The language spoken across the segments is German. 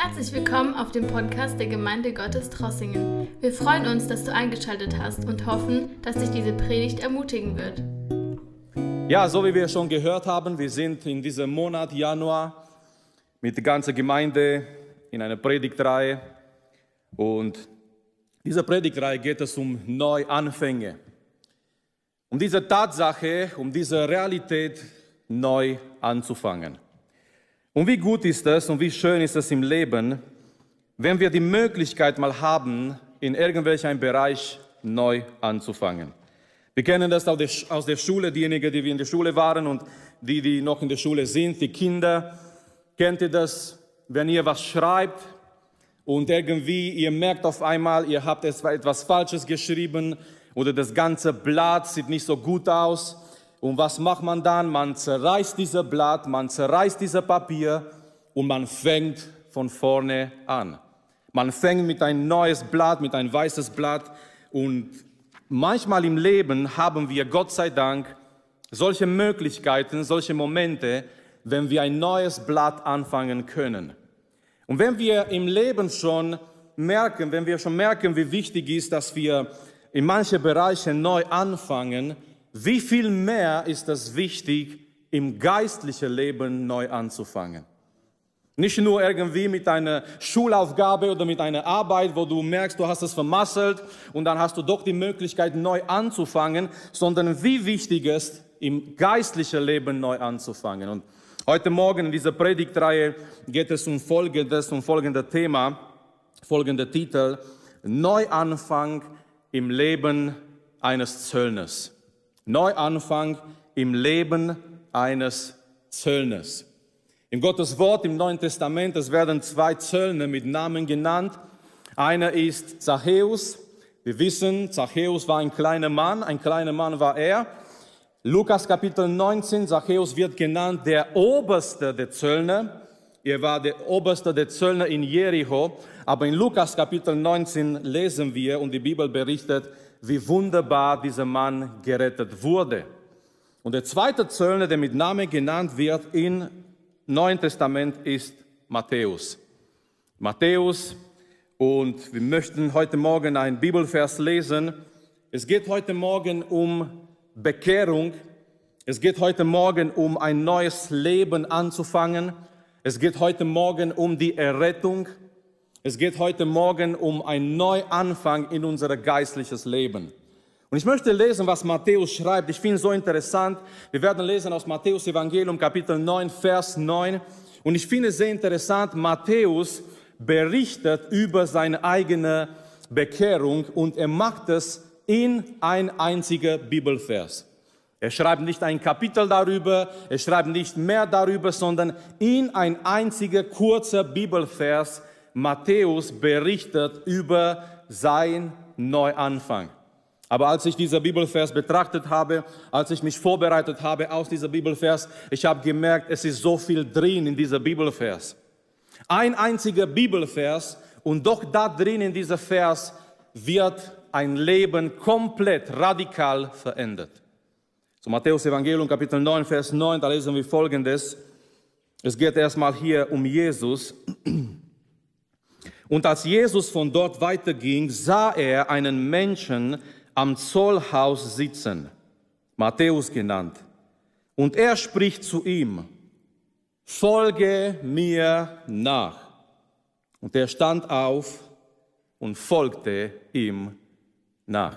Herzlich willkommen auf dem Podcast der Gemeinde Gottes Trossingen. Wir freuen uns, dass du eingeschaltet hast und hoffen, dass dich diese Predigt ermutigen wird. Ja, so wie wir schon gehört haben, wir sind in diesem Monat Januar mit der ganzen Gemeinde in einer Predigtreihe. Und dieser Predigtreihe geht es um Neuanfänge. Um diese Tatsache, um diese Realität neu anzufangen. Und wie gut ist es und wie schön ist es im Leben, wenn wir die Möglichkeit mal haben, in irgendwelchem Bereich neu anzufangen. Wir kennen das aus der Schule, diejenigen, die wir in der Schule waren und die noch in der Schule sind, die Kinder. Kennt ihr das, wenn ihr was schreibt und irgendwie ihr merkt auf einmal, ihr habt etwas Falsches geschrieben oder das ganze Blatt sieht nicht so gut aus. Und was macht man dann? Man zerreißt dieses Blatt, man zerreißt dieses Papier und man fängt von vorne an. Man fängt mit einem neues Blatt, mit einem weißes Blatt. Und manchmal im Leben haben wir, Gott sei Dank, solche Möglichkeiten, solche Momente, wenn wir ein neues Blatt anfangen können. Und wenn wir im Leben schon merken, wie wichtig ist, dass wir in manchen Bereichen neu anfangen, wie viel mehr ist es wichtig, im geistlichen Leben neu anzufangen? Nicht nur irgendwie mit einer Schulaufgabe oder mit einer Arbeit, wo du merkst, du hast es vermasselt und dann hast du doch die Möglichkeit, neu anzufangen, sondern wie wichtig es ist, im geistlichen Leben neu anzufangen. Und heute Morgen in dieser Predigtreihe geht es um folgendes Thema, folgender Titel: Neuanfang im Leben eines Zöllners. Neuanfang im Leben eines Zöllners. In Gottes Wort im Neuen Testament, es werden zwei Zöllner mit Namen genannt. Einer ist Zachäus. Wir wissen, Zachäus war ein kleiner Mann war er. Lukas Kapitel 19, Zachäus wird genannt der Oberste der Zöllner. Er war der Oberste der Zöllner in Jericho. Aber in Lukas Kapitel 19 lesen wir und die Bibel berichtet, wie wunderbar dieser Mann gerettet wurde. Und der zweite Zöllner, der mit Namen genannt wird im Neuen Testament, ist Matthäus. Matthäus, und wir möchten heute Morgen einen Bibelvers lesen. Es geht heute Morgen um Bekehrung. Es geht heute Morgen um ein neues Leben anzufangen. Es geht heute Morgen um die Errettung. Es geht heute Morgen um einen Neuanfang in unser geistliches Leben. Und ich möchte lesen, was Matthäus schreibt. Ich finde es so interessant. Wir werden lesen aus Matthäus Evangelium, Kapitel 9, Vers 9. Und ich finde es sehr interessant, Matthäus berichtet über seine eigene Bekehrung und er macht es in ein einziger Bibelvers. Er schreibt nicht ein Kapitel darüber, er schreibt nicht mehr darüber, sondern in ein einziger kurzer Bibelvers. Matthäus berichtet über sein Neuanfang. Aber als ich diesen Bibelvers betrachtet habe, als ich mich vorbereitet habe aus diesem Bibelvers, ich habe gemerkt, es ist so viel drin in diesem Bibelvers. Ein einziger Bibelvers und doch da drin in diesem Vers wird ein Leben komplett radikal verändert. So Matthäus Evangelium Kapitel 9, Vers 9, da lesen wir Folgendes. Es geht erstmal hier um Jesus. Und als Jesus von dort weiterging, sah er einen Menschen am Zollhaus sitzen, Matthäus genannt. Und er spricht zu ihm: Folge mir nach. Und er stand auf und folgte ihm nach.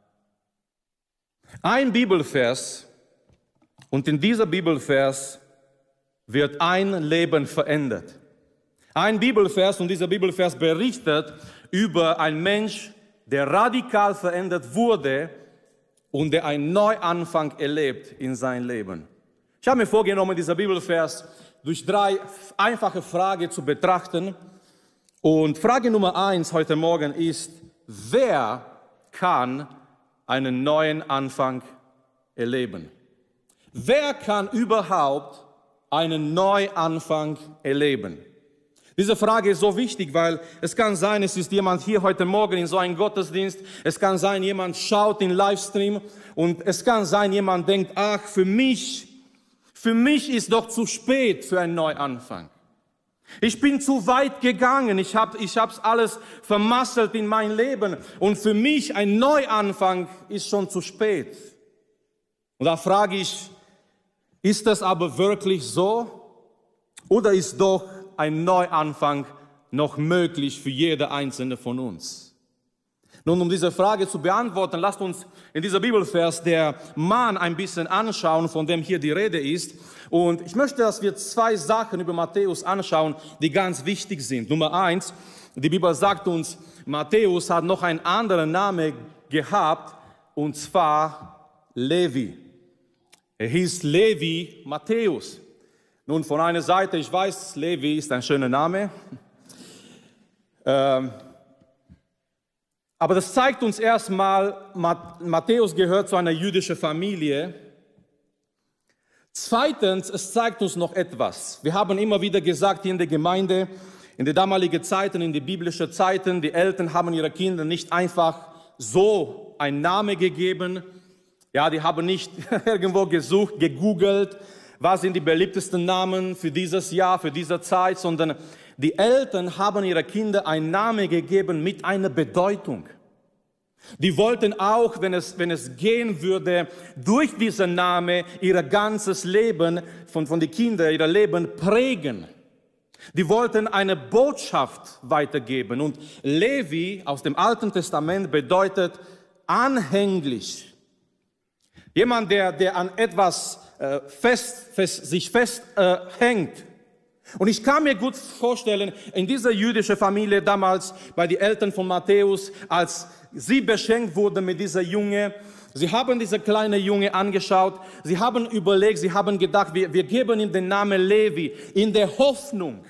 Ein Bibelvers, und in dieser Bibelvers wird ein Leben verändert. Ein Bibelvers, und dieser Bibelvers berichtet über einen Mensch, der radikal verändert wurde und der einen Neuanfang erlebt in seinem Leben. Ich habe mir vorgenommen, dieser Bibelvers durch 3 einfache Fragen zu betrachten. Und Frage Nummer 1 heute Morgen ist: Wer kann einen neuen Anfang erleben? Wer kann überhaupt einen Neuanfang erleben? Diese Frage ist so wichtig, weil es kann sein, es ist jemand hier heute Morgen in so einem Gottesdienst, es kann sein, jemand schaut in Livestream und es kann sein, jemand denkt, ach, für mich ist doch zu spät für einen Neuanfang. Ich bin zu weit gegangen, ich hab's alles vermasselt in mein Leben und für mich ein Neuanfang ist schon zu spät. Und da frage ich, ist das aber wirklich so? Oder ist doch ein Neuanfang noch möglich für jede einzelne von uns? Nun, um diese Frage zu beantworten, lasst uns in dieser Bibelvers der Mann ein bisschen anschauen, von dem hier die Rede ist. Und ich möchte, dass wir zwei Sachen über Matthäus anschauen, die ganz wichtig sind. Nummer 1, die Bibel sagt uns, Matthäus hat noch einen anderen Namen gehabt, und zwar Levi. Er hieß Levi Matthäus. Nun, von einer Seite, ich weiß, Levi ist ein schöner Name. Aber das zeigt uns erstmal, Matthäus gehört zu einer jüdischen Familie. Zweitens, es zeigt uns noch etwas. Wir haben immer wieder gesagt hier in der Gemeinde, in den damaligen Zeiten, in den biblischen Zeiten, die Eltern haben ihre Kinder nicht einfach so einen Namen gegeben. Ja, die haben nicht irgendwo gesucht, gegoogelt, was sind die beliebtesten Namen für dieses Jahr, für diese Zeit, sondern die Eltern haben ihren Kindern einen Namen gegeben mit einer Bedeutung. Die wollten auch, wenn es gehen würde, durch diesen Namen ihr ganzes Leben von den Kindern, ihr Leben prägen. Die wollten eine Botschaft weitergeben. Und Levi aus dem Alten Testament bedeutet anhänglich. Jemand, der an etwas sich festhängt. Und ich kann mir gut vorstellen, in dieser jüdischen Familie damals, bei den Eltern von Matthäus, als sie beschenkt wurden mit dieser Junge, sie haben diese kleine Junge angeschaut, sie haben überlegt, sie haben gedacht, wir geben ihm den Namen Levi, in der Hoffnung,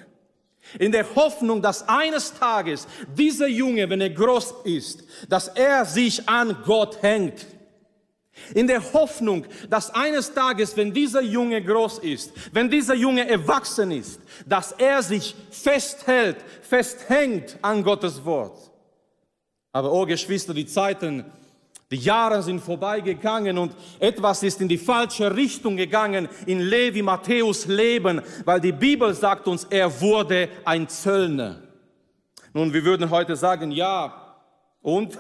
dass eines Tages dieser Junge, wenn er groß ist, dass er sich an Gott hängt. In der Hoffnung, dass eines Tages, wenn dieser Junge groß ist, wenn dieser Junge erwachsen ist, dass er sich festhängt an Gottes Wort. Aber oh Geschwister, die Jahre sind vorbeigegangen und etwas ist in die falsche Richtung gegangen in Levi Matthäus Leben, weil die Bibel sagt uns, er wurde ein Zöllner. Nun, wir würden heute sagen, ja, und?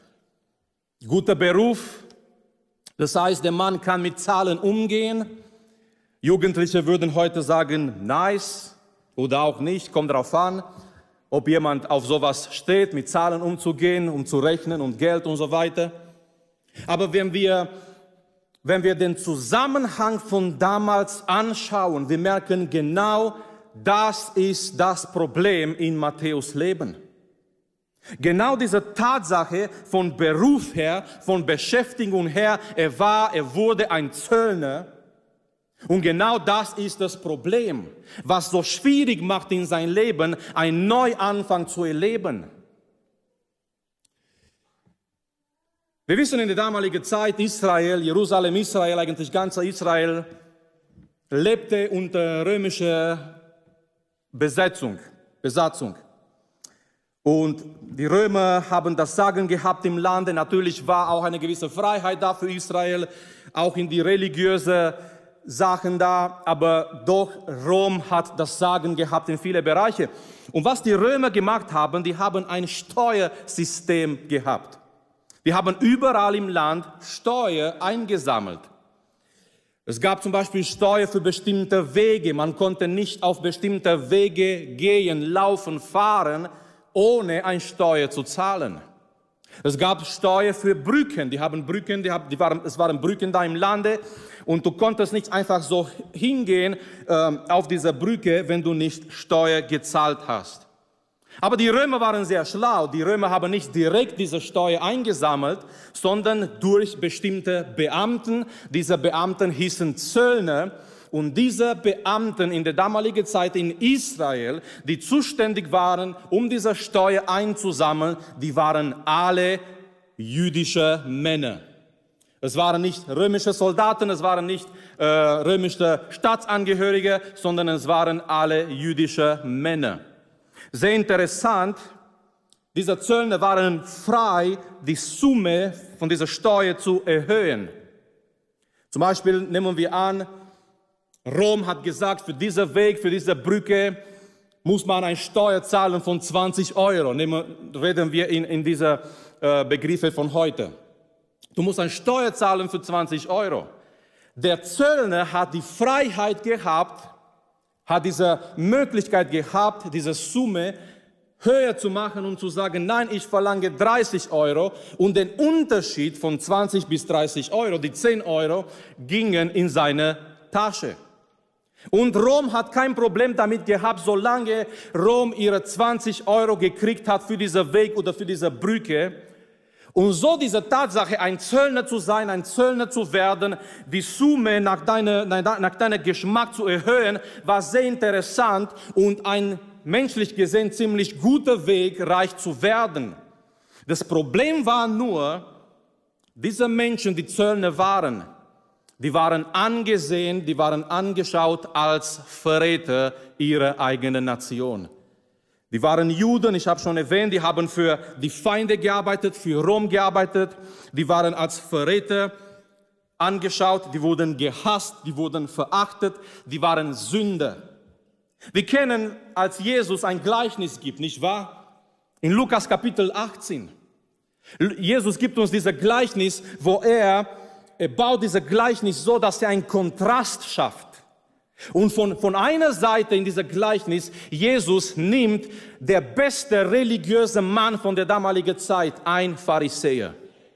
Guter Beruf. Das heißt, der Mann kann mit Zahlen umgehen. Jugendliche würden heute sagen, nice oder auch nicht, kommt darauf an, ob jemand auf sowas steht, mit Zahlen umzugehen, um zu rechnen und Geld und so weiter. Aber wenn wir den Zusammenhang von damals anschauen, wir merken genau, das ist das Problem in Matthäus Leben. Genau diese Tatsache von Beruf her, von Beschäftigung her, er wurde ein Zöllner. Und genau das ist das Problem, was so schwierig macht in sein Leben, einen Neuanfang zu erleben. Wir wissen in der damaligen Zeit, Jerusalem, eigentlich ganz Israel, lebte unter römischer Besatzung. Und die Römer haben das Sagen gehabt im Lande. Natürlich war auch eine gewisse Freiheit da für Israel, auch in die religiösen Sachen da. Aber doch Rom hat das Sagen gehabt in viele Bereiche. Und was die Römer gemacht haben, die haben ein Steuersystem gehabt. Die haben überall im Land Steuer eingesammelt. Es gab zum Beispiel Steuer für bestimmte Wege. Man konnte nicht auf bestimmte Wege gehen, laufen, fahren, ohne eine Steuer zu zahlen. Es gab Steuer für Brücken. Es waren Brücken da im Lande und du konntest nicht einfach so hingehen auf dieser Brücke, wenn du nicht Steuer gezahlt hast. Aber die Römer waren sehr schlau. Die Römer haben nicht direkt diese Steuer eingesammelt, sondern durch bestimmte Beamten. Diese Beamten hießen Zöllner. Und diese Beamten in der damaligen Zeit in Israel, die zuständig waren, um diese Steuer einzusammeln, die waren alle jüdische Männer. Es waren nicht römische Soldaten, es waren nicht römische Staatsangehörige, sondern es waren alle jüdische Männer. Sehr interessant, diese Zöllner waren frei, die Summe von dieser Steuer zu erhöhen. Zum Beispiel nehmen wir an, Rom hat gesagt, für diesen Weg, für diese Brücke, muss man eine Steuer zahlen von 20 Euro. Reden wir in dieser Begriffe von heute. Du musst eine Steuer zahlen für 20 Euro. Der Zöllner hat die Freiheit gehabt, hat diese Möglichkeit gehabt, diese Summe höher zu machen und zu sagen, nein, ich verlange 30 Euro. Und den Unterschied von 20 bis 30 Euro, die 10 Euro, gingen in seine Tasche. Und Rom hat kein Problem damit gehabt, solange Rom ihre 20 Euro gekriegt hat für diesen Weg oder für diese Brücke. Und so diese Tatsache, ein Zöllner zu sein, ein Zöllner zu werden, die Summe nach deinem Geschmack zu erhöhen, war sehr interessant und ein menschlich gesehen ziemlich guter Weg, reich zu werden. Das Problem war nur, diese Menschen, die Zöllner waren, die waren angesehen, die waren angeschaut als Verräter ihrer eigenen Nation. Die waren Juden, ich habe schon erwähnt, die haben für die Feinde gearbeitet, für Rom gearbeitet. Die waren als Verräter angeschaut, die wurden gehasst, die wurden verachtet, die waren Sünder. Wir kennen, als Jesus ein Gleichnis gibt, nicht wahr? In Lukas Kapitel 18. Jesus gibt uns dieses Gleichnis, wo er baut dieses Gleichnis so, dass er einen Kontrast schafft. Und von einer Seite in diesem Gleichnis, Jesus nimmt der beste religiöse Mann von der damaligen Zeit, ein Pharisäer.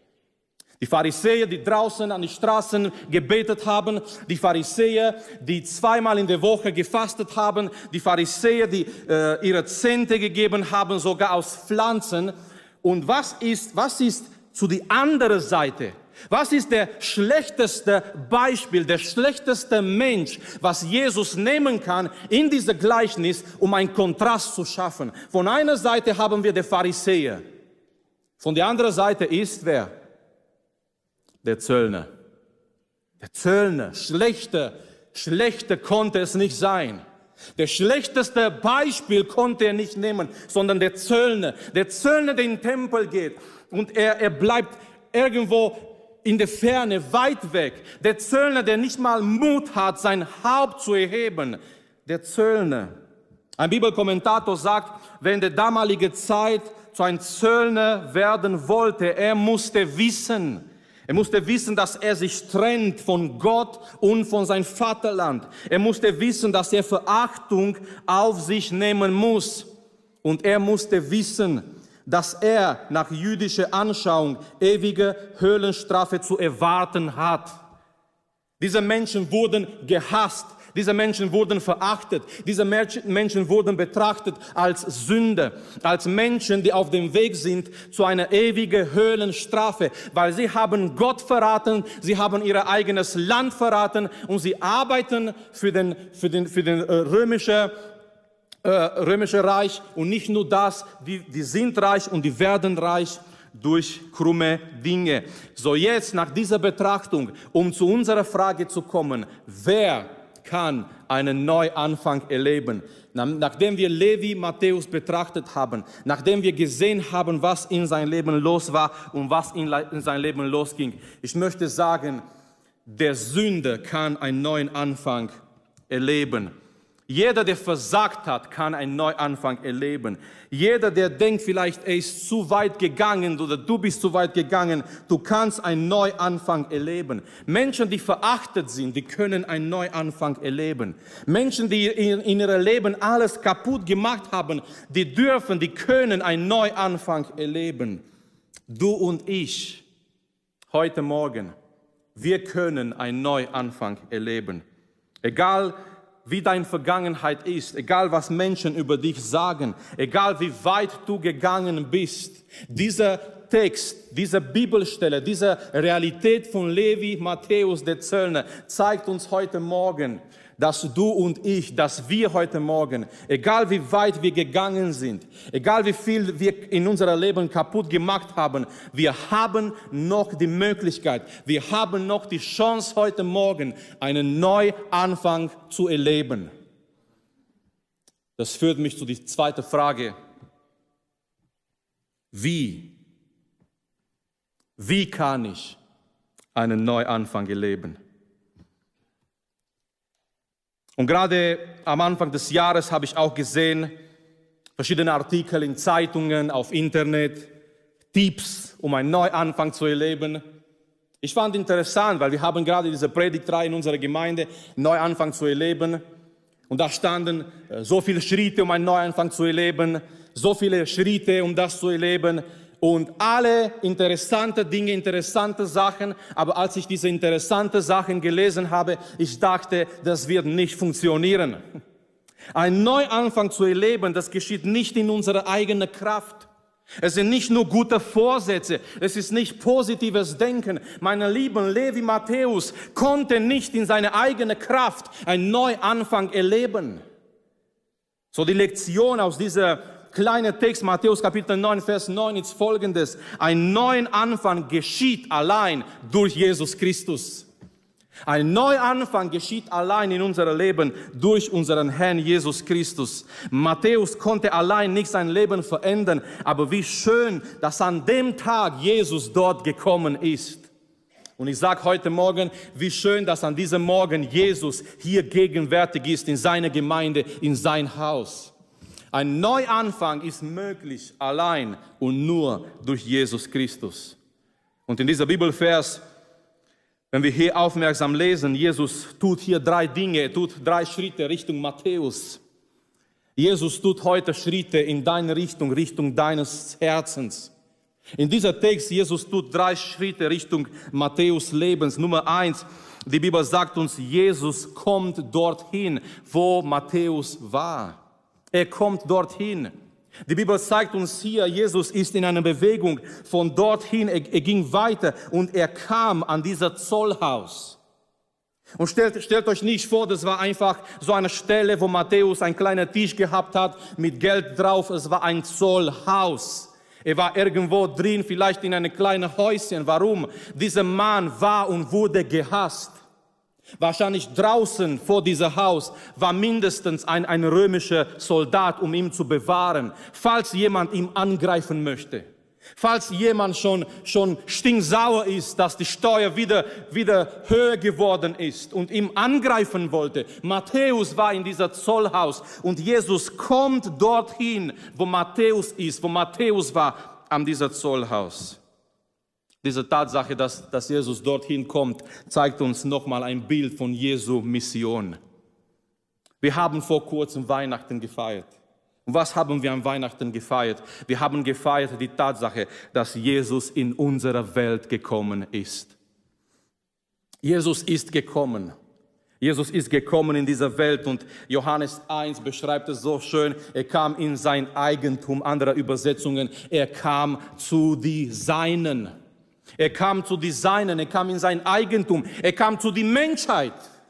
Die Pharisäer, die draußen an die Straßen gebetet haben, die Pharisäer, die zweimal in der Woche gefastet haben, die Pharisäer, die ihre Zehnte gegeben haben, sogar aus Pflanzen. Und was ist zu die andere Seite? Was ist der schlechteste Beispiel, der schlechteste Mensch, was Jesus nehmen kann in diesem Gleichnis, um einen Kontrast zu schaffen? Von einer Seite haben wir den Pharisäer. Von der anderen Seite ist wer? Der Zöllner. Der Zöllner. Schlechter konnte es nicht sein. Der schlechteste Beispiel konnte er nicht nehmen, sondern der Zöllner. Der Zöllner, der in den Tempel geht und er bleibt irgendwo in der Ferne, weit weg. Der Zöllner, der nicht mal Mut hat, sein Haupt zu erheben. Der Zöllner. Ein Bibelkommentator sagt, wer in der damaligen Zeit zu einem Zöllner werden wollte, er musste wissen, dass er sich trennt von Gott und von seinem Vaterland. Er musste wissen, dass er Verachtung auf sich nehmen muss. Und er musste wissen, dass er nach jüdischer Anschauung ewige Höhlenstrafe zu erwarten hat. Diese Menschen wurden gehasst, diese Menschen wurden verachtet, diese Menschen wurden betrachtet als Sünder, als Menschen, die auf dem Weg sind zu einer ewigen Höhlenstrafe, weil sie haben Gott verraten, sie haben ihr eigenes Land verraten und sie arbeiten für den römischen Reich und nicht nur das, die sind reich und die werden reich durch krumme Dinge. So jetzt nach dieser Betrachtung, um zu unserer Frage zu kommen, wer kann einen Neuanfang erleben? Nachdem wir Levi Matthäus betrachtet haben, nachdem wir gesehen haben, was in seinem Leben los war und was in seinem Leben losging, ich möchte sagen, der Sünder kann einen neuen Anfang erleben. Jeder, der versagt hat, kann einen Neuanfang erleben. Jeder, der denkt, vielleicht er ist zu weit gegangen oder du bist zu weit gegangen, du kannst einen Neuanfang erleben. Menschen, die verachtet sind, die können einen Neuanfang erleben. Menschen, die in ihrem Leben alles kaputt gemacht haben, die können einen Neuanfang erleben. Du und ich, heute Morgen, wir können einen Neuanfang erleben. Egal, wie deine Vergangenheit ist, egal was Menschen über dich sagen, egal wie weit du gegangen bist, dieser Text, diese Bibelstelle, diese Realität von Levi Matthäus, der Zöllner, zeigt uns heute Morgen, dass du und ich, dass wir heute Morgen, egal wie weit wir gegangen sind, egal wie viel wir in unserem Leben kaputt gemacht haben, wir haben noch die Möglichkeit, wir haben noch die Chance heute Morgen, einen Neuanfang zu erleben. Das führt mich zu der zweiten Frage. Wie kann ich einen Neuanfang erleben? Und gerade am Anfang des Jahres habe ich auch gesehen, verschiedene Artikel in Zeitungen, auf Internet, Tipps, um einen Neuanfang zu erleben. Ich fand interessant, weil wir haben gerade diese Predigtreihe in unserer Gemeinde, Neuanfang zu erleben. Und da standen so viele Schritte, um einen Neuanfang zu erleben, so viele Schritte, um das zu erleben. Und alle interessante Dinge, interessante Sachen. Aber als ich diese interessanten Sachen gelesen habe, ich dachte, das wird nicht funktionieren. Ein Neuanfang zu erleben, das geschieht nicht in unserer eigenen Kraft. Es sind nicht nur gute Vorsätze, es ist nicht positives Denken. Meine lieben, Levi Matthäus konnte nicht in seiner eigenen Kraft einen Neuanfang erleben. So die Lektion aus dieser kleinen Text, Matthäus Kapitel 9, Vers 9 ist folgendes. Ein neuen Anfang geschieht allein durch Jesus Christus. Ein Neuanfang geschieht allein in unserem Leben durch unseren Herrn Jesus Christus. Matthäus konnte allein nicht sein Leben verändern, aber wie schön, dass an dem Tag Jesus dort gekommen ist. Und ich sage heute Morgen, wie schön, dass an diesem Morgen Jesus hier gegenwärtig ist in seiner Gemeinde, in sein Haus. Ein Neuanfang ist möglich allein und nur durch Jesus Christus. Und in dieser Bibelvers, wenn wir hier aufmerksam lesen, Jesus tut hier 3 Dinge, er tut 3 Schritte Richtung Matthäus. Jesus tut heute Schritte in deine Richtung, Richtung deines Herzens. In dieser Text, Jesus tut 3 Schritte Richtung Matthäus Lebens. Nummer 1, die Bibel sagt uns, Jesus kommt dorthin, wo Matthäus war. Er kommt dorthin. Die Bibel zeigt uns hier, Jesus ist in einer Bewegung von dorthin, er ging weiter und er kam an dieser Zollhaus. Und stellt euch nicht vor, das war einfach so eine Stelle, wo Matthäus einen kleinen Tisch gehabt hat mit Geld drauf. Es war ein Zollhaus. Er war irgendwo drin, vielleicht in einem kleinen Häuschen. Warum? Dieser Mann war und wurde gehasst. Wahrscheinlich draußen vor diesem Haus war mindestens ein römischer Soldat, um ihn zu bewahren, falls jemand ihn angreifen möchte. Falls jemand schon stinksauer ist, dass die Steuer wieder höher geworden ist und ihm angreifen wollte. Matthäus war in dieser Zollhaus und Jesus kommt dorthin, wo Matthäus ist, wo Matthäus war, an dieser Zollhaus. Diese Tatsache, dass Jesus dorthin kommt, zeigt uns nochmal ein Bild von Jesu Mission. Wir haben vor kurzem Weihnachten gefeiert. Und was haben wir an Weihnachten gefeiert? Wir haben gefeiert die Tatsache, dass Jesus in unsere Welt gekommen ist. Jesus ist gekommen. Jesus ist gekommen in dieser Welt und Johannes 1 beschreibt es so schön. Er kam in sein Eigentum, andere Übersetzungen. Er kam zu die Seinen. Er kam zu die Seinen, er kam in sein Eigentum, er kam zu die Menschheit.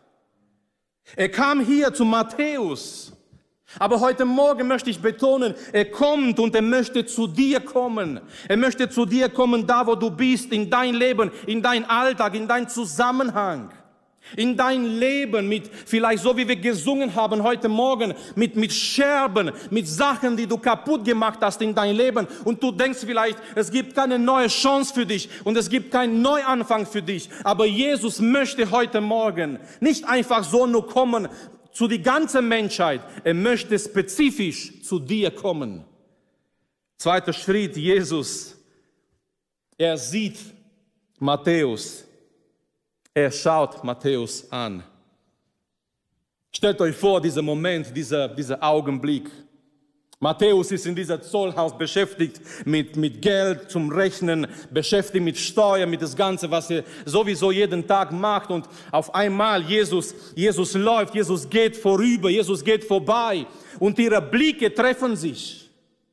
Er kam hier zu Matthäus. Aber heute Morgen möchte ich betonen, er kommt und er möchte zu dir kommen. Er möchte zu dir kommen, da wo du bist, in dein Leben, in dein Alltag, in dein Zusammenhang. In dein Leben mit, vielleicht so wie wir gesungen haben heute Morgen, mit Scherben, mit Sachen, die du kaputt gemacht hast in dein Leben. Und du denkst vielleicht, es gibt keine neue Chance für dich und es gibt keinen Neuanfang für dich. Aber Jesus möchte heute Morgen nicht einfach so nur kommen zu die ganze Menschheit. Er möchte spezifisch zu dir kommen. Zweiter Schritt, Jesus. Er sieht Matthäus. Er schaut Matthäus an. Stellt euch vor, dieser Moment, dieser Augenblick. Matthäus ist in dieser Zollhaus beschäftigt mit Geld zum Rechnen, beschäftigt mit Steuern, mit das Ganze, was er sowieso jeden Tag macht. Und auf einmal Jesus läuft, Jesus geht vorüber, Jesus geht vorbei und ihre Blicke treffen sich.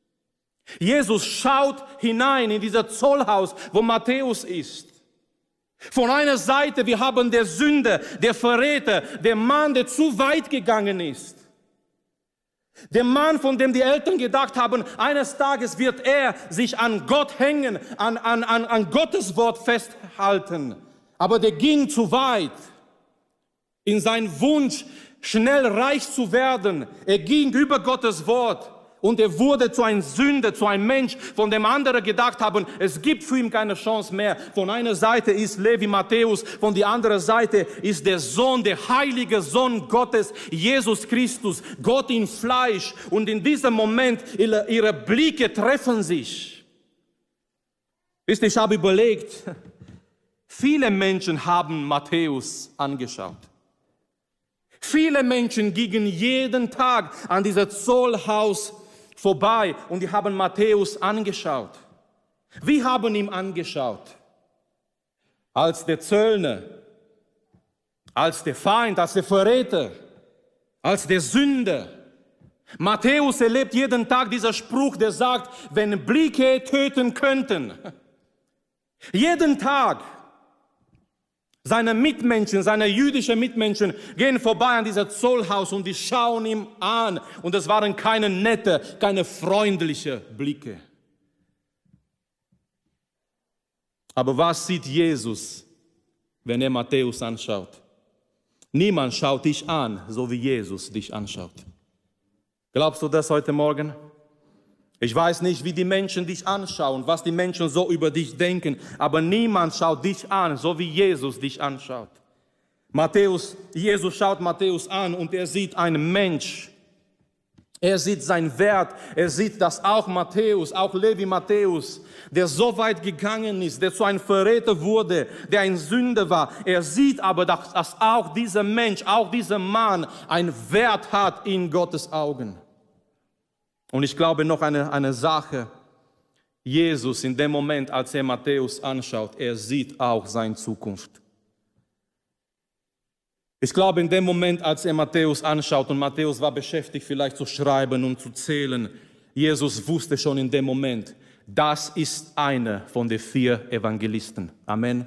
Jesus schaut hinein in dieser Zollhaus, wo Matthäus ist. Von einer Seite, wir haben der Sünder, der Verräter, der Mann, der zu weit gegangen ist. Der Mann, von dem die Eltern gedacht haben, eines Tages wird er sich an Gott hängen, an Gottes Wort festhalten. Aber der ging zu weit in seinen Wunsch, schnell reich zu werden. Er ging über Gottes Wort Und er wurde zu einem Sünder, zu einem Mensch, von dem andere gedacht haben, es gibt für ihn keine Chance mehr. Von einer Seite ist Levi Matthäus, von der anderen Seite ist der Sohn, der heilige Sohn Gottes, Jesus Christus, Gott in Fleisch. Und in diesem Moment, ihre Blicke treffen sich. Wisst ihr, ich habe überlegt, viele Menschen haben Matthäus angeschaut. Viele Menschen gingen jeden Tag an dieser Zollhaus vorbei und die haben Matthäus angeschaut. Wir haben ihn angeschaut als der Zöllner, als der Feind, als der Verräter, als der Sünder. Matthäus erlebt jeden Tag dieser Spruch, der sagt, wenn Blicke töten könnten. Jeden Tag. Seine Mitmenschen, seine jüdischen Mitmenschen gehen vorbei an dieser Zollhaus und die schauen ihm an. Und es waren keine nette, keine freundlichen Blicke. Aber was sieht Jesus, wenn er Matthäus anschaut? Niemand schaut dich an, so wie Jesus dich anschaut. Glaubst du das heute Morgen? Ich weiß nicht, wie die Menschen dich anschauen, was die Menschen so über dich denken, aber niemand schaut dich an, so wie Jesus dich anschaut. Jesus schaut Matthäus an und er sieht einen Mensch. Er sieht seinen Wert, er sieht, dass auch Matthäus, auch Levi Matthäus, der so weit gegangen ist, der zu einem Verräter wurde, der ein Sünder war. Er sieht aber, dass auch dieser Mensch, auch dieser Mann einen Wert hat in Gottes Augen. Und ich glaube noch eine Sache, Jesus in dem Moment, als er Matthäus anschaut, er sieht auch seine Zukunft. Ich glaube in dem Moment, als er Matthäus anschaut und Matthäus war beschäftigt vielleicht zu schreiben und zu zählen, Jesus wusste schon in dem Moment, das ist einer von den 4 Evangelisten. Amen.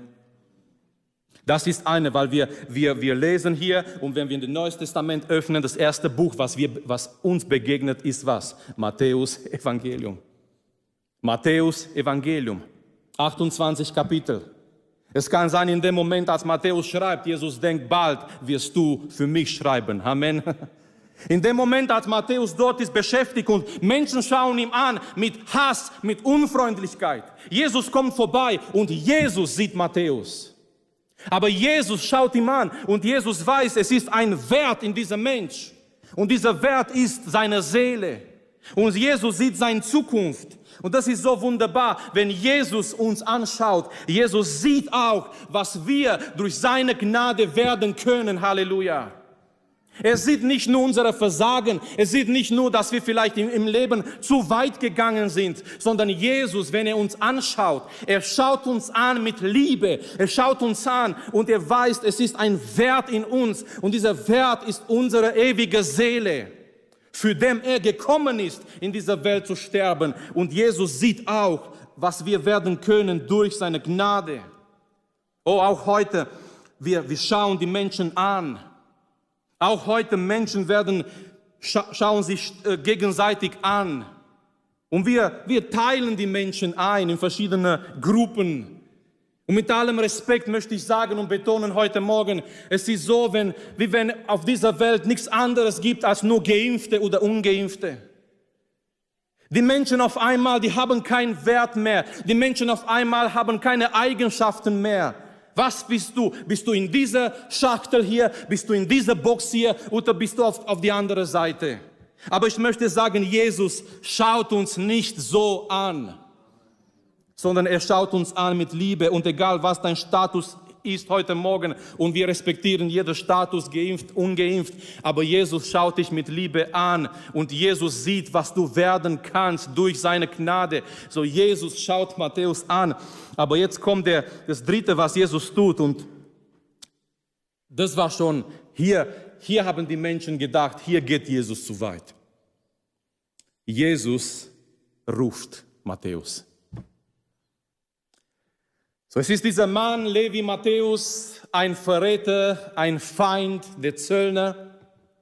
Das ist eine, weil wir lesen hier und wenn wir das Neue Testament öffnen, das erste Buch, was uns begegnet, ist was? Matthäus Evangelium. Matthäus Evangelium, 28 Kapitel. Es kann sein, in dem Moment, als Matthäus schreibt, Jesus denkt, bald wirst du für mich schreiben. Amen. In dem Moment, als Matthäus dort ist beschäftigt und Menschen schauen ihm an mit Hass, mit Unfreundlichkeit. Jesus kommt vorbei und Jesus sieht Matthäus. Aber Jesus schaut ihm an und Jesus weiß, es ist ein Wert in diesem Mensch. Und dieser Wert ist seine Seele. Und Jesus sieht seine Zukunft. Und das ist so wunderbar, wenn Jesus uns anschaut. Jesus sieht auch, was wir durch seine Gnade werden können. Halleluja. Er sieht nicht nur unsere Versagen, er sieht nicht nur, dass wir vielleicht im Leben zu weit gegangen sind, sondern Jesus, wenn er uns anschaut, er schaut uns an mit Liebe, er schaut uns an und er weiß, es ist ein Wert in uns und dieser Wert ist unsere ewige Seele, für den er gekommen ist, in dieser Welt zu sterben. Und Jesus sieht auch, was wir werden können durch seine Gnade. Oh, auch heute, wir schauen die Menschen an. Auch heute Menschen schauen sich gegenseitig an. Und wir teilen die Menschen ein in verschiedene Gruppen. Und mit allem Respekt möchte ich sagen und betonen heute Morgen, es ist so, wie wenn auf dieser Welt nichts anderes gibt als nur Geimpfte oder Ungeimpfte. Die Menschen auf einmal, die haben keinen Wert mehr. Die Menschen auf einmal haben keine Eigenschaften mehr. Was bist du? Bist du in dieser Schachtel hier? Bist du in dieser Box hier? Oder bist du auf die andere Seite? Aber ich möchte sagen, Jesus schaut uns nicht so an, sondern er schaut uns an mit Liebe. Und egal, was dein Status ist heute Morgen, und wir respektieren jeden Status, geimpft, ungeimpft, aber Jesus schaut dich mit Liebe an und Jesus sieht, was du werden kannst durch seine Gnade. So, Jesus schaut Matthäus an. Aber jetzt kommt das Dritte, was Jesus tut, und das war schon, hier haben die Menschen gedacht, hier geht Jesus zu weit. Jesus ruft Matthäus. So, es ist dieser Mann, Levi Matthäus, ein Verräter, ein Feind, der Zöllner.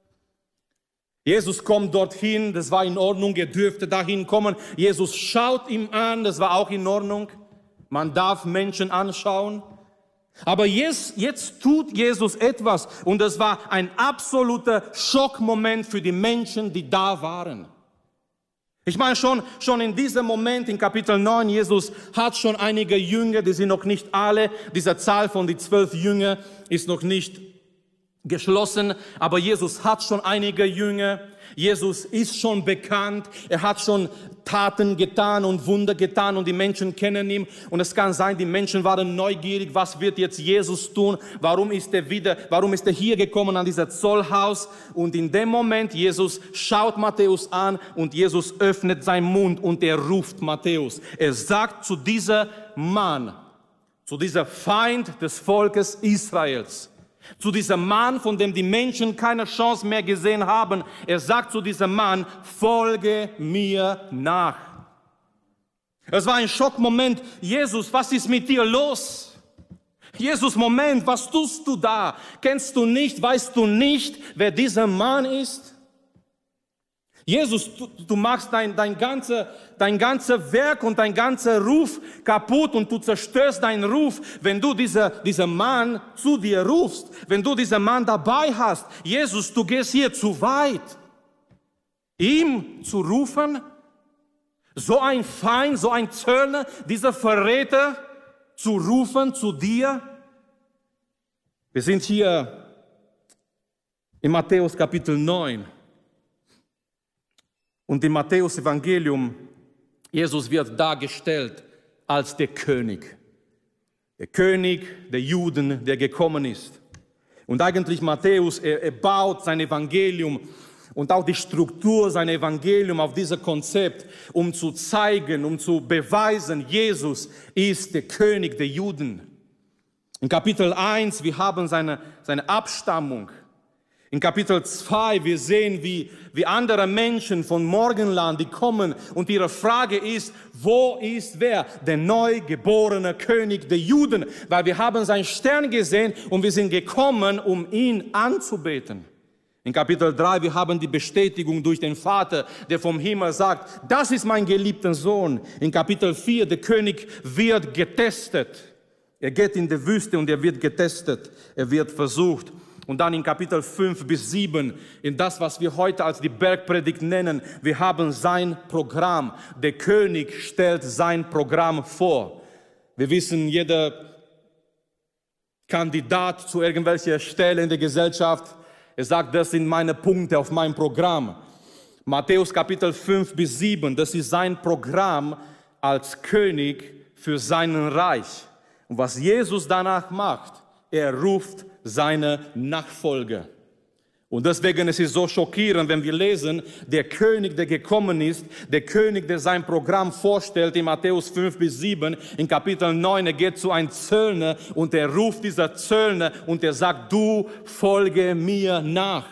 Jesus kommt dorthin, das war in Ordnung, er dürfte dahin kommen. Jesus schaut ihm an, das war auch in Ordnung. Man darf Menschen anschauen. Aber jetzt tut Jesus etwas und das war ein absoluter Schockmoment für die Menschen, die da waren. Ich meine schon in diesem Moment in Kapitel 9, Jesus hat schon einige Jünger, die sind noch nicht alle, diese Zahl von die 12 Jünger ist noch nicht geschlossen, aber Jesus hat schon einige Jünger, Jesus ist schon bekannt, er hat schon Taten getan und Wunder getan und die Menschen kennen ihn und es kann sein, die Menschen waren neugierig, was wird jetzt Jesus tun, warum ist er hier gekommen an dieser Zollhaus und in dem Moment, Jesus schaut Matthäus an und Jesus öffnet seinen Mund und er ruft Matthäus. Er sagt zu diesem Mann, zu dieser Feind des Volkes Israels, zu diesem Mann, von dem die Menschen keine Chance mehr gesehen haben. Er sagt zu diesem Mann, folge mir nach. Es war ein Schockmoment. Jesus, was ist mit dir los? Jesus, Moment, was tust du da? Kennst du nicht, weißt du nicht, wer dieser Mann ist? Jesus, du machst dein ganzes Werk und dein ganzer Ruf kaputt und du zerstörst deinen Ruf, wenn du diesen Mann zu dir rufst, wenn du diesen Mann dabei hast. Jesus, du gehst hier zu weit. Ihm zu rufen, so ein Feind, so ein Zöllner, dieser Verräter zu rufen zu dir. Wir sind hier in Matthäus Kapitel 9. Und im Matthäus-Evangelium, Jesus wird dargestellt als der König der Juden, der gekommen ist. Und eigentlich Matthäus, er baut sein Evangelium und auch die Struktur seines Evangeliums auf dieses Konzept, um zu zeigen, um zu beweisen, Jesus ist der König der Juden. In Kapitel 1, wir haben seine Abstammung. In Kapitel 2, wir sehen, wie andere Menschen von Morgenland, die kommen und ihre Frage ist, wo ist wer? Der neugeborene König der Juden. Weil wir haben seinen Stern gesehen und wir sind gekommen, um ihn anzubeten. In Kapitel 3, wir haben die Bestätigung durch den Vater, der vom Himmel sagt, das ist mein geliebter Sohn. In Kapitel 4, der König wird getestet. Er geht in die Wüste und er wird getestet. Er wird versucht. Und dann in Kapitel 5 bis 7, in das, was wir heute als die Bergpredigt nennen, wir haben sein Programm. Der König stellt sein Programm vor. Wir wissen, jeder Kandidat zu irgendwelcher Stelle in der Gesellschaft, er sagt, das sind meine Punkte auf meinem Programm. Matthäus Kapitel 5 bis 7, das ist sein Programm als König für sein Reich. Und was Jesus danach macht, er ruft seine Nachfolger. Und deswegen ist es so schockierend, wenn wir lesen, der König, der gekommen ist, der König, der sein Programm vorstellt, in Matthäus 5 bis 7, in Kapitel 9, er geht zu einem Zöllner und er ruft dieser Zöllner und er sagt, du folge mir nach.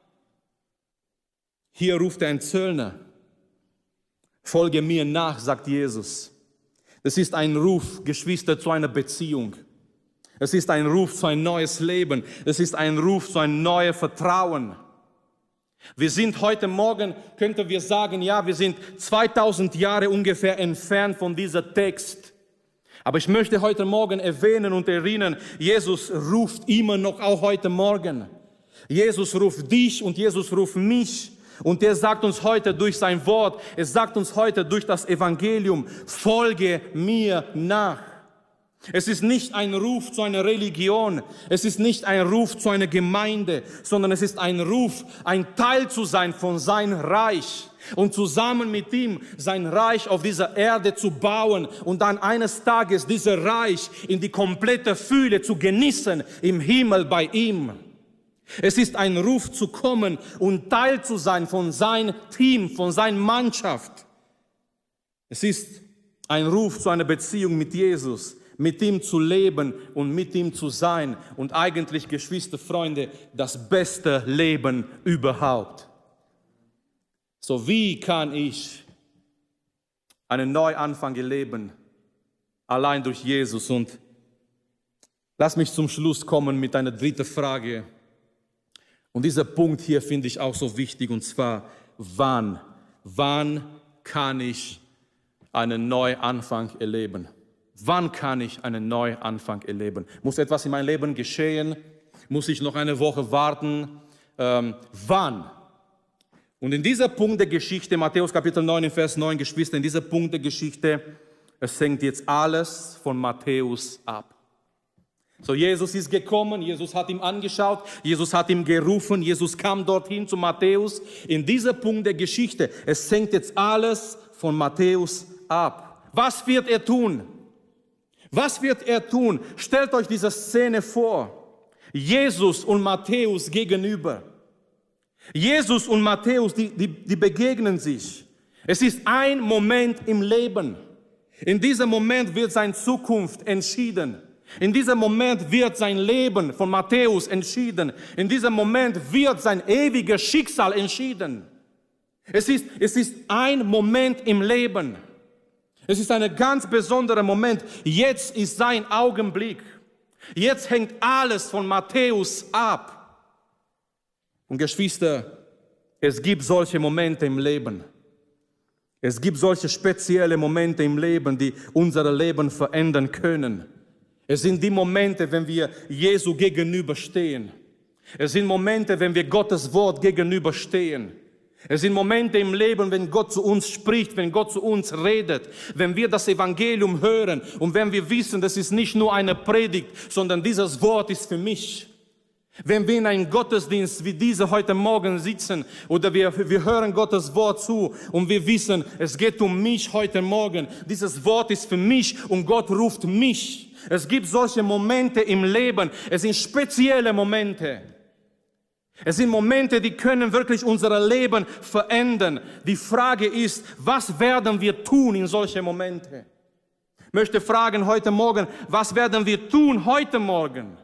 Hier ruft er einen Zöllner. Folge mir nach, sagt Jesus. Das ist ein Ruf, Geschwister, zu einer Beziehung. Es ist ein Ruf zu ein neues Leben. Es ist ein Ruf zu ein neues Vertrauen. Wir sind heute Morgen, könnten wir sagen, ja, wir sind 2000 Jahre ungefähr entfernt von diesem Text. Aber ich möchte heute Morgen erwähnen und erinnern, Jesus ruft immer noch auch heute Morgen. Jesus ruft dich und Jesus ruft mich. Und er sagt uns heute durch sein Wort, er sagt uns heute durch das Evangelium, folge mir nach. Es ist nicht ein Ruf zu einer Religion, es ist nicht ein Ruf zu einer Gemeinde, sondern es ist ein Ruf, ein Teil zu sein von seinem Reich und zusammen mit ihm sein Reich auf dieser Erde zu bauen und dann eines Tages dieses Reich in die komplette Fülle zu genießen im Himmel bei ihm. Es ist ein Ruf zu kommen und Teil zu sein von seinem Team, von seiner Mannschaft. Es ist ein Ruf zu einer Beziehung mit Jesus, mit ihm zu leben und mit ihm zu sein und eigentlich, Geschwister, Freunde, das beste Leben überhaupt. So, wie kann ich einen Neuanfang erleben? Allein durch Jesus. Und lass mich zum Schluss kommen mit einer dritten Frage. Und dieser Punkt hier finde ich auch so wichtig, und zwar, wann? Wann kann ich einen Neuanfang erleben? Wann kann ich einen Neuanfang erleben? Muss etwas in meinem Leben geschehen? Muss ich noch eine Woche warten? Wann? Und in dieser Punkt der Geschichte, Matthäus Kapitel 9, Vers 9, Geschwister, in dieser Punkt der Geschichte, es hängt jetzt alles von Matthäus ab. So, Jesus ist gekommen, Jesus hat ihn angeschaut, Jesus hat ihn gerufen, Jesus kam dorthin zu Matthäus. In dieser Punkt der Geschichte, es hängt jetzt alles von Matthäus ab. Was wird er tun? Was wird er tun? Stellt euch diese Szene vor. Jesus und Matthäus gegenüber. Jesus und Matthäus, die begegnen sich. Es ist ein Moment im Leben. In diesem Moment wird seine Zukunft entschieden. In diesem Moment wird sein Leben von Matthäus entschieden. In diesem Moment wird sein ewiges Schicksal entschieden. Es ist ein Moment im Leben. Es ist ein ganz besonderer Moment. Jetzt ist sein Augenblick. Jetzt hängt alles von Matthäus ab. Und Geschwister, es gibt solche Momente im Leben. Es gibt solche spezielle Momente im Leben, die unser Leben verändern können. Es sind die Momente, wenn wir Jesu gegenüberstehen. Es sind Momente, wenn wir Gottes Wort gegenüberstehen. Es sind Momente im Leben, wenn Gott zu uns spricht, wenn Gott zu uns redet, wenn wir das Evangelium hören und wenn wir wissen, das ist nicht nur eine Predigt, sondern dieses Wort ist für mich. Wenn wir in einem Gottesdienst wie dieser heute Morgen sitzen oder wir hören Gottes Wort zu und wir wissen, es geht um mich heute Morgen, dieses Wort ist für mich und Gott ruft mich. Es gibt solche Momente im Leben, es sind spezielle Momente. Es sind Momente, die können wirklich unser Leben verändern. Die Frage ist, was werden wir tun in solchen Momenten? Ich möchte fragen heute Morgen, was werden wir tun heute Morgen?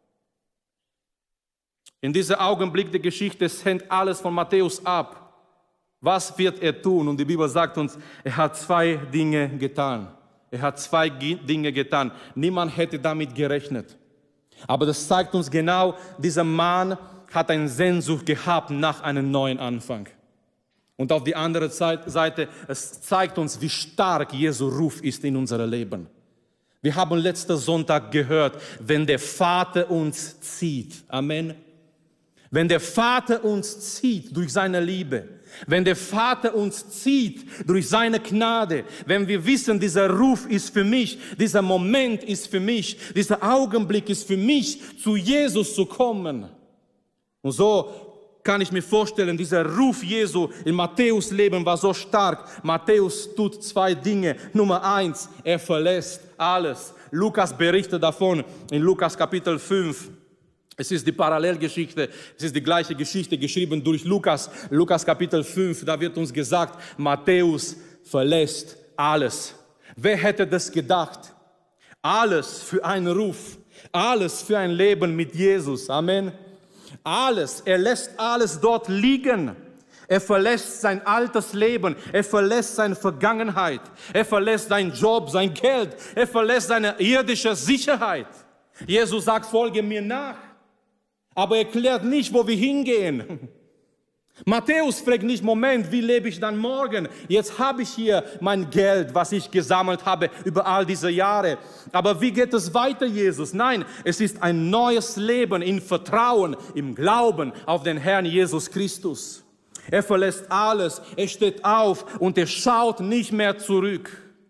In diesem Augenblick der Geschichte hängt alles von Matthäus ab. Was wird er tun? Und die Bibel sagt uns, er hat zwei Dinge getan. Er hat zwei Dinge getan. Niemand hätte damit gerechnet. Aber das zeigt uns genau, dieser Mann hat eine Sehnsucht gehabt nach einem neuen Anfang. Und auf die andere Seite, es zeigt uns, wie stark Jesu Ruf ist in unserem Leben. Wir haben letzten Sonntag gehört, wenn der Vater uns zieht. Amen. Wenn der Vater uns zieht durch seine Liebe, wenn der Vater uns zieht durch seine Gnade, wenn wir wissen, dieser Ruf ist für mich, dieser Moment ist für mich, dieser Augenblick ist für mich, zu Jesus zu kommen. Und so kann ich mir vorstellen, dieser Ruf Jesu in Matthäus Leben war so stark. Matthäus tut zwei Dinge. Nummer 1, er verlässt alles. Lukas berichtet davon in Lukas Kapitel 5. Es ist die Parallelgeschichte, es ist die gleiche Geschichte geschrieben durch Lukas. Lukas Kapitel 5, da wird uns gesagt, Matthäus verlässt alles. Wer hätte das gedacht? Alles für einen Ruf, alles für ein Leben mit Jesus. Amen. Alles, er lässt alles dort liegen. Er verlässt sein altes Leben, er verlässt seine Vergangenheit, er verlässt seinen Job, sein Geld, er verlässt seine irdische Sicherheit. Jesus sagt, folge mir nach. Aber er erklärt nicht, wo wir hingehen. Matthäus fragt nicht, Moment, wie lebe ich dann morgen? Jetzt habe ich hier mein Geld, was ich gesammelt habe über all diese Jahre. Aber wie geht es weiter, Jesus? Nein, es ist ein neues Leben in Vertrauen, im Glauben auf den Herrn Jesus Christus. Er verlässt alles, er steht auf und er schaut nicht mehr zurück.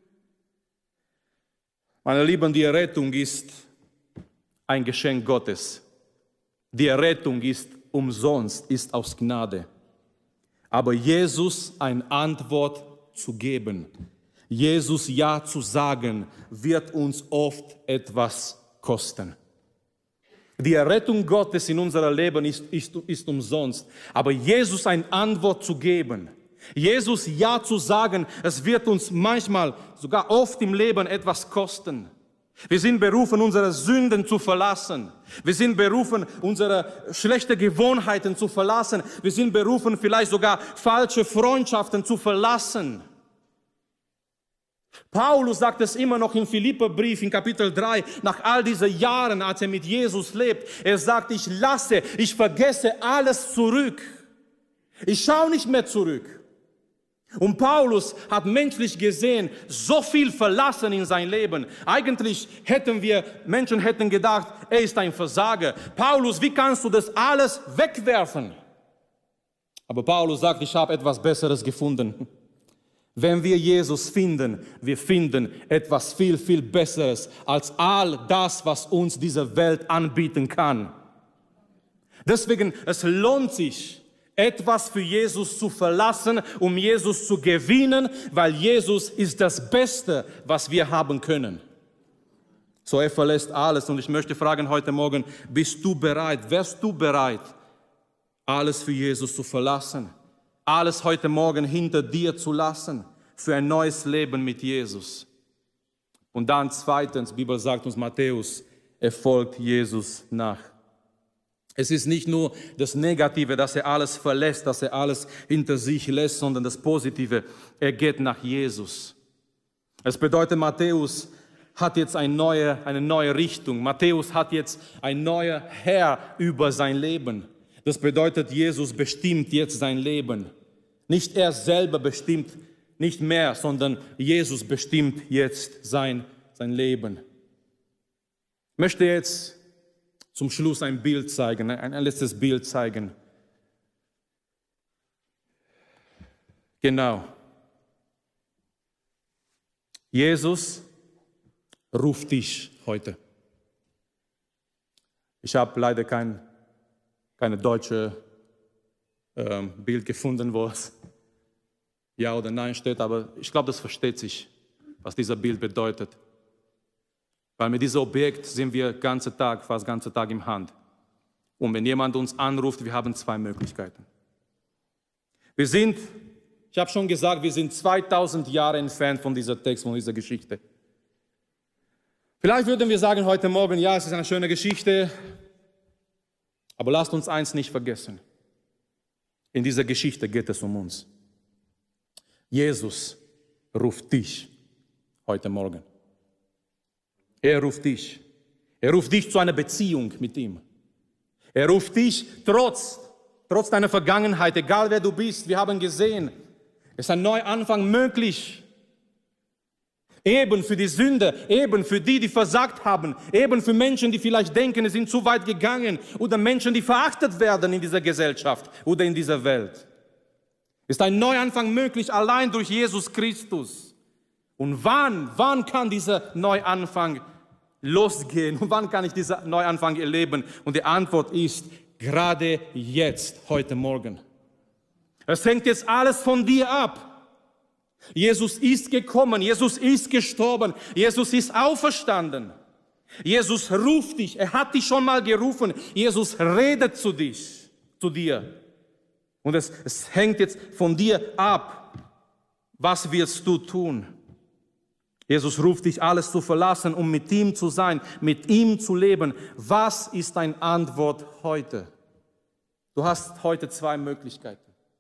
Meine Lieben, die Errettung ist ein Geschenk Gottes. Die Errettung ist umsonst, ist aus Gnade. Aber Jesus eine Antwort zu geben, Jesus Ja zu sagen, wird uns oft etwas kosten. Die Errettung Gottes in unserem Leben ist umsonst. Aber Jesus eine Antwort zu geben, Jesus Ja zu sagen, es wird uns manchmal, sogar oft im Leben etwas kosten. Wir sind berufen, unsere Sünden zu verlassen. Wir sind berufen, unsere schlechten Gewohnheiten zu verlassen. Wir sind berufen, vielleicht sogar falsche Freundschaften zu verlassen. Paulus sagt es immer noch im Philipperbrief in Kapitel 3, nach all diesen Jahren, als er mit Jesus lebt. Er sagt, ich vergesse alles zurück. Ich schaue nicht mehr zurück. Und Paulus hat menschlich gesehen so viel verlassen in sein Leben. Eigentlich Menschen hätten gedacht, er ist ein Versager. Paulus, wie kannst du das alles wegwerfen? Aber Paulus sagt, ich habe etwas Besseres gefunden. Wenn wir Jesus finden, wir finden etwas viel, viel Besseres als all das, was uns diese Welt anbieten kann. Deswegen, es lohnt sich, etwas für Jesus zu verlassen, um Jesus zu gewinnen, weil Jesus ist das Beste, was wir haben können. So, er verlässt alles und ich möchte fragen heute Morgen, bist du bereit, wärst du bereit, alles für Jesus zu verlassen? Alles heute Morgen hinter dir zu lassen für ein neues Leben mit Jesus. Und dann zweitens, die Bibel sagt uns Matthäus, er folgt Jesus nach. Es ist nicht nur das Negative, dass er alles verlässt, dass er alles hinter sich lässt, sondern das Positive, er geht nach Jesus. Es bedeutet, Matthäus hat jetzt eine neue Richtung. Matthäus hat jetzt ein neuer Herr über sein Leben. Das bedeutet, Jesus bestimmt jetzt sein Leben. Nicht er selber bestimmt nicht mehr, sondern Jesus bestimmt jetzt sein Leben. Ich möchte jetzt zum Schluss ein Bild zeigen, ein letztes Bild zeigen. Genau. Jesus ruft dich heute. Ich habe leider keine deutsche Bild gefunden, wo es Ja oder Nein steht, aber ich glaube, das versteht sich, was dieser Bild bedeutet. Weil mit diesem Objekt sind wir fast ganze Tag im Hand. Und wenn jemand uns anruft, wir haben zwei Möglichkeiten. Ich habe schon gesagt, wir sind 2000 Jahre entfernt von dieser Text, von dieser Geschichte. Vielleicht würden wir sagen heute Morgen, ja, es ist eine schöne Geschichte, aber lasst uns eins nicht vergessen. In dieser Geschichte geht es um uns. Jesus ruft dich heute Morgen. Er ruft dich. Er ruft dich zu einer Beziehung mit ihm. Er ruft dich trotz deiner Vergangenheit, egal wer du bist. Wir haben gesehen, es ist ein Neuanfang möglich. Eben für die Sünde, eben für die versagt haben, eben für Menschen, die vielleicht denken, sie sind zu weit gegangen oder Menschen, die verachtet werden in dieser Gesellschaft oder in dieser Welt. Ist ein Neuanfang möglich, allein durch Jesus Christus. Und wann kann dieser Neuanfang losgehen? Und wann kann ich diesen Neuanfang erleben? Und die Antwort ist, gerade jetzt, heute Morgen. Es hängt jetzt alles von dir ab. Jesus ist gekommen, Jesus ist gestorben, Jesus ist auferstanden. Jesus ruft dich, er hat dich schon mal gerufen. Jesus redet zu dir. Und es hängt jetzt von dir ab. Was wirst du tun? Jesus ruft dich, alles zu verlassen, um mit ihm zu sein, mit ihm zu leben. Was ist deine Antwort heute? Du hast heute zwei Möglichkeiten.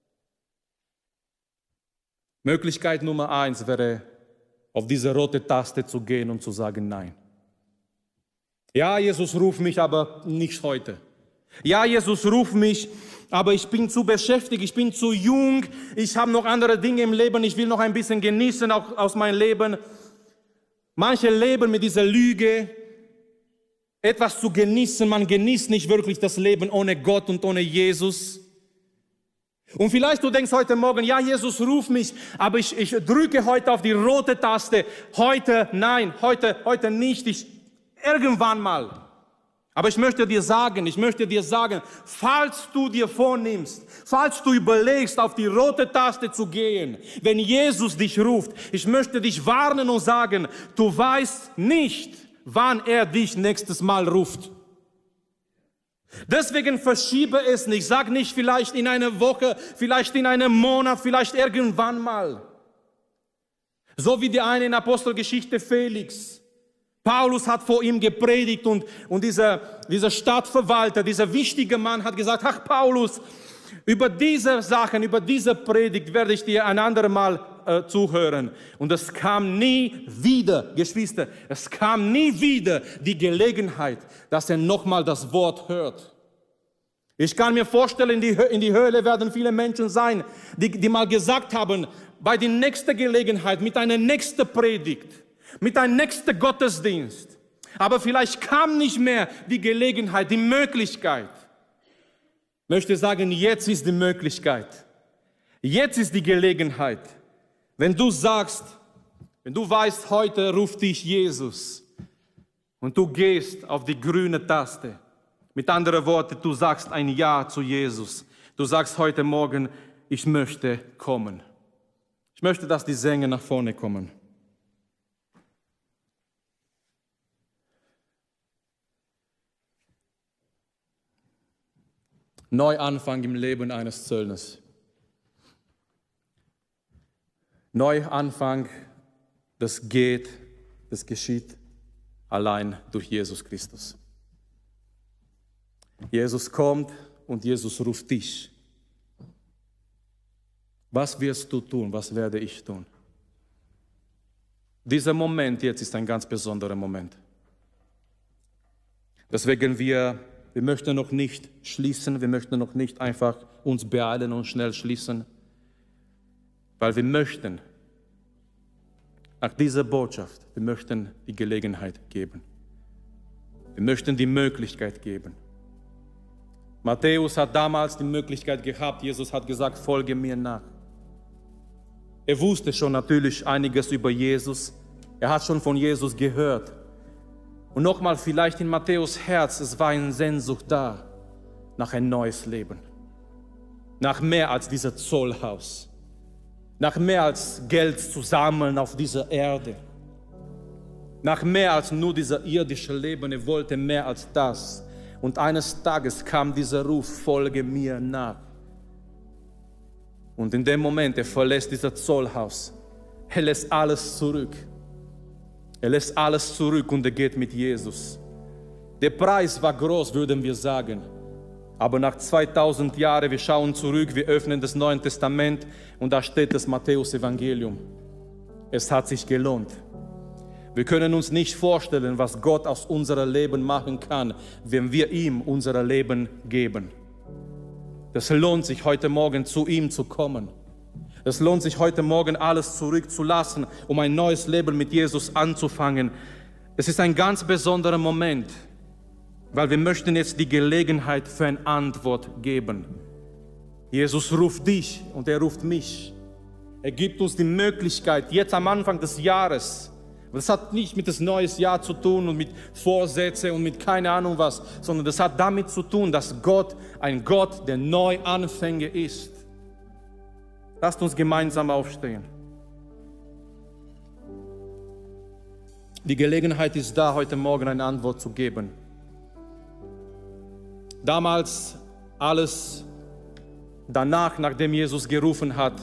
Möglichkeit Nummer 1 wäre, auf diese rote Taste zu gehen und zu sagen Nein. Ja, Jesus ruft mich, aber nicht heute. Ja, Jesus ruft mich, aber ich bin zu beschäftigt, ich bin zu jung, ich habe noch andere Dinge im Leben, ich will noch ein bisschen genießen auch aus meinem Leben. Manche leben mit dieser Lüge, etwas zu genießen. Man genießt nicht wirklich das Leben ohne Gott und ohne Jesus. Und vielleicht du denkst heute Morgen, ja, Jesus ruft mich, aber ich drücke heute auf die rote Taste. Heute nein, heute nicht, irgendwann mal. Aber ich möchte dir sagen, falls du dir vornimmst, falls du überlegst, auf die rote Taste zu gehen, wenn Jesus dich ruft, ich möchte dich warnen und sagen, du weißt nicht, wann er dich nächstes Mal ruft. Deswegen verschiebe es nicht. Sag nicht vielleicht in einer Woche, vielleicht in einem Monat, vielleicht irgendwann mal. So wie der eine in Apostelgeschichte Felix. Paulus hat vor ihm gepredigt und dieser Stadtverwalter, dieser wichtige Mann hat gesagt, ach Paulus, über diese Sachen, über diese Predigt werde ich dir ein anderes Mal zuhören. Und es kam nie wieder, Geschwister, es kam nie wieder die Gelegenheit, dass er nochmal das Wort hört. Ich kann mir vorstellen, in die Höhle werden viele Menschen sein, die mal gesagt haben, bei der nächsten Gelegenheit, mit einer nächsten Predigt, mit einem nächsten Gottesdienst. Aber vielleicht kam nicht mehr die Gelegenheit, die Möglichkeit. Ich möchte sagen, jetzt ist die Möglichkeit. Jetzt ist die Gelegenheit. Wenn du sagst, wenn du weißt, heute ruft dich Jesus und du gehst auf die grüne Taste. Mit anderen Worten, du sagst ein Ja zu Jesus. Du sagst heute Morgen, ich möchte kommen. Ich möchte, dass die Sänger nach vorne kommen. Neuanfang im Leben eines Zöllners. Neuanfang, das geschieht allein durch Jesus Christus. Jesus kommt und Jesus ruft dich. Was wirst du tun? Was werde ich tun? Dieser Moment jetzt ist ein ganz besonderer Moment. Deswegen wir möchten noch nicht schließen, wir möchten noch nicht einfach uns beeilen und schnell schließen, weil wir möchten nach dieser Botschaft, wir möchten die Gelegenheit geben. Wir möchten die Möglichkeit geben. Matthäus hat damals die Möglichkeit gehabt, Jesus hat gesagt, folge mir nach. Er wusste schon natürlich einiges über Jesus, er hat schon von Jesus gehört. Und nochmal vielleicht in Matthäus Herz, es war eine Sehnsucht da nach ein neues Leben. Nach mehr als dieser Zollhaus. Nach mehr als Geld zu sammeln auf dieser Erde. Nach mehr als nur dieser irdische Leben. Er wollte mehr als das. Und eines Tages kam dieser Ruf, folge mir nach. Und in dem Moment, er verlässt dieses Zollhaus. Er lässt alles zurück. Er lässt alles zurück und er geht mit Jesus. Der Preis war groß, würden wir sagen. Aber nach 2000 Jahren, wir schauen zurück, wir öffnen das Neue Testament und da steht das Matthäus-Evangelium. Es hat sich gelohnt. Wir können uns nicht vorstellen, was Gott aus unserem Leben machen kann, wenn wir ihm unser Leben geben. Das lohnt sich heute Morgen zu ihm zu kommen. Es lohnt sich heute Morgen alles zurückzulassen, um ein neues Leben mit Jesus anzufangen. Es ist ein ganz besonderer Moment, weil wir möchten jetzt die Gelegenheit für eine Antwort geben. Jesus ruft dich und er ruft mich. Er gibt uns die Möglichkeit, jetzt am Anfang des Jahres, das hat nicht mit das neues Jahr zu tun und mit Vorsätzen und mit keine Ahnung was, sondern das hat damit zu tun, dass Gott ein Gott der Neuanfänge ist. Lasst uns gemeinsam aufstehen. Die Gelegenheit ist da, heute Morgen eine Antwort zu geben. Damals alles danach, nachdem Jesus gerufen hat,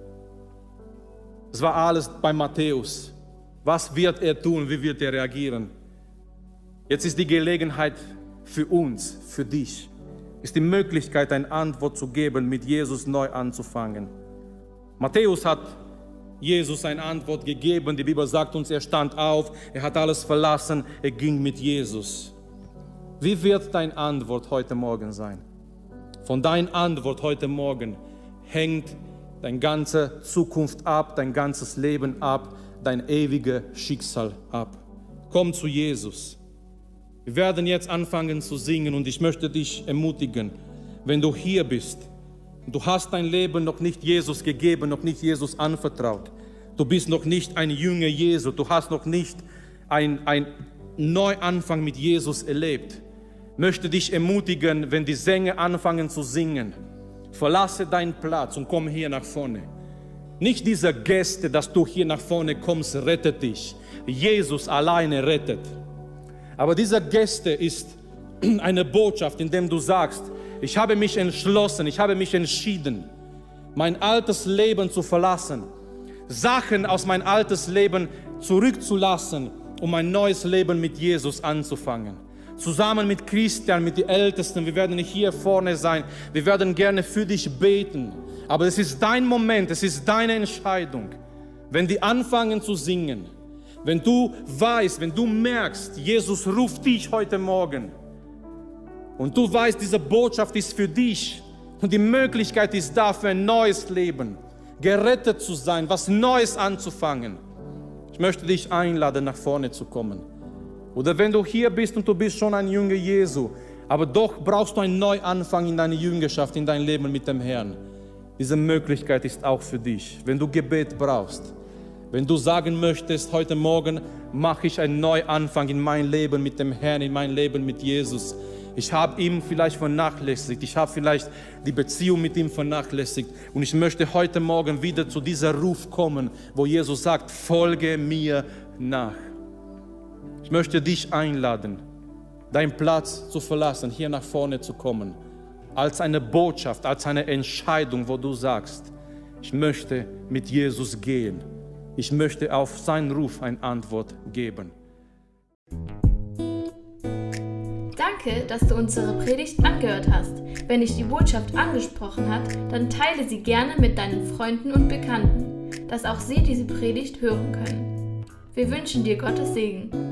es war alles bei Matthäus. Was wird er tun? Wie wird er reagieren? Jetzt ist die Gelegenheit für uns, für dich, ist die Möglichkeit, eine Antwort zu geben, mit Jesus neu anzufangen. Matthäus hat Jesus eine Antwort gegeben. Die Bibel sagt uns, er stand auf, er hat alles verlassen, er ging mit Jesus. Wie wird deine Antwort heute Morgen sein? Von deiner Antwort heute Morgen hängt deine ganze Zukunft ab, dein ganzes Leben ab, dein ewiges Schicksal ab. Komm zu Jesus. Wir werden jetzt anfangen zu singen und ich möchte dich ermutigen, wenn du hier bist, du hast dein Leben noch nicht Jesus gegeben, noch nicht Jesus anvertraut. Du bist noch nicht ein Jünger Jesu, du hast noch nicht ein Neuanfang mit Jesus erlebt. Ich möchte dich ermutigen, wenn die Sänger anfangen zu singen, verlasse deinen Platz und komm hier nach vorne. Nicht diese Geste, dass du hier nach vorne kommst, rettet dich. Jesus alleine rettet. Aber diese Geste ist eine Botschaft, in der du sagst, ich habe mich entschlossen, ich habe mich entschieden, mein altes Leben zu verlassen, Sachen aus meinem altes Leben zurückzulassen, um ein neues Leben mit Jesus anzufangen. Zusammen mit Christian, mit den Ältesten, wir werden nicht hier vorne sein, wir werden gerne für dich beten. Aber es ist dein Moment, es ist deine Entscheidung. Wenn die anfangen zu singen, wenn du weißt, wenn du merkst, Jesus ruft dich heute Morgen, und du weißt, diese Botschaft ist für dich und die Möglichkeit ist da für ein neues Leben, gerettet zu sein, was Neues anzufangen. Ich möchte dich einladen, nach vorne zu kommen. Oder wenn du hier bist und du bist schon ein Jünger Jesu, Aber doch brauchst du einen Neuanfang in deine Jüngerschaft, in dein Leben mit dem Herrn. Diese Möglichkeit ist auch für dich. Wenn du Gebet brauchst, wenn du sagen möchtest, heute Morgen mache ich einen Neuanfang in mein Leben mit dem Herrn, in mein Leben mit Jesus. Ich habe ihn vielleicht vernachlässigt, ich habe vielleicht die Beziehung mit ihm vernachlässigt und ich möchte heute Morgen wieder zu dieser Ruf kommen, wo Jesus sagt, folge mir nach. Ich möchte dich einladen, deinen Platz zu verlassen, hier nach vorne zu kommen, als eine Botschaft, als eine Entscheidung, wo du sagst, ich möchte mit Jesus gehen. Ich möchte auf seinen Ruf eine Antwort geben. Danke, dass du unsere Predigt angehört hast. Wenn dich die Botschaft angesprochen hat, dann teile sie gerne mit deinen Freunden und Bekannten, dass auch sie diese Predigt hören können. Wir wünschen dir Gottes Segen.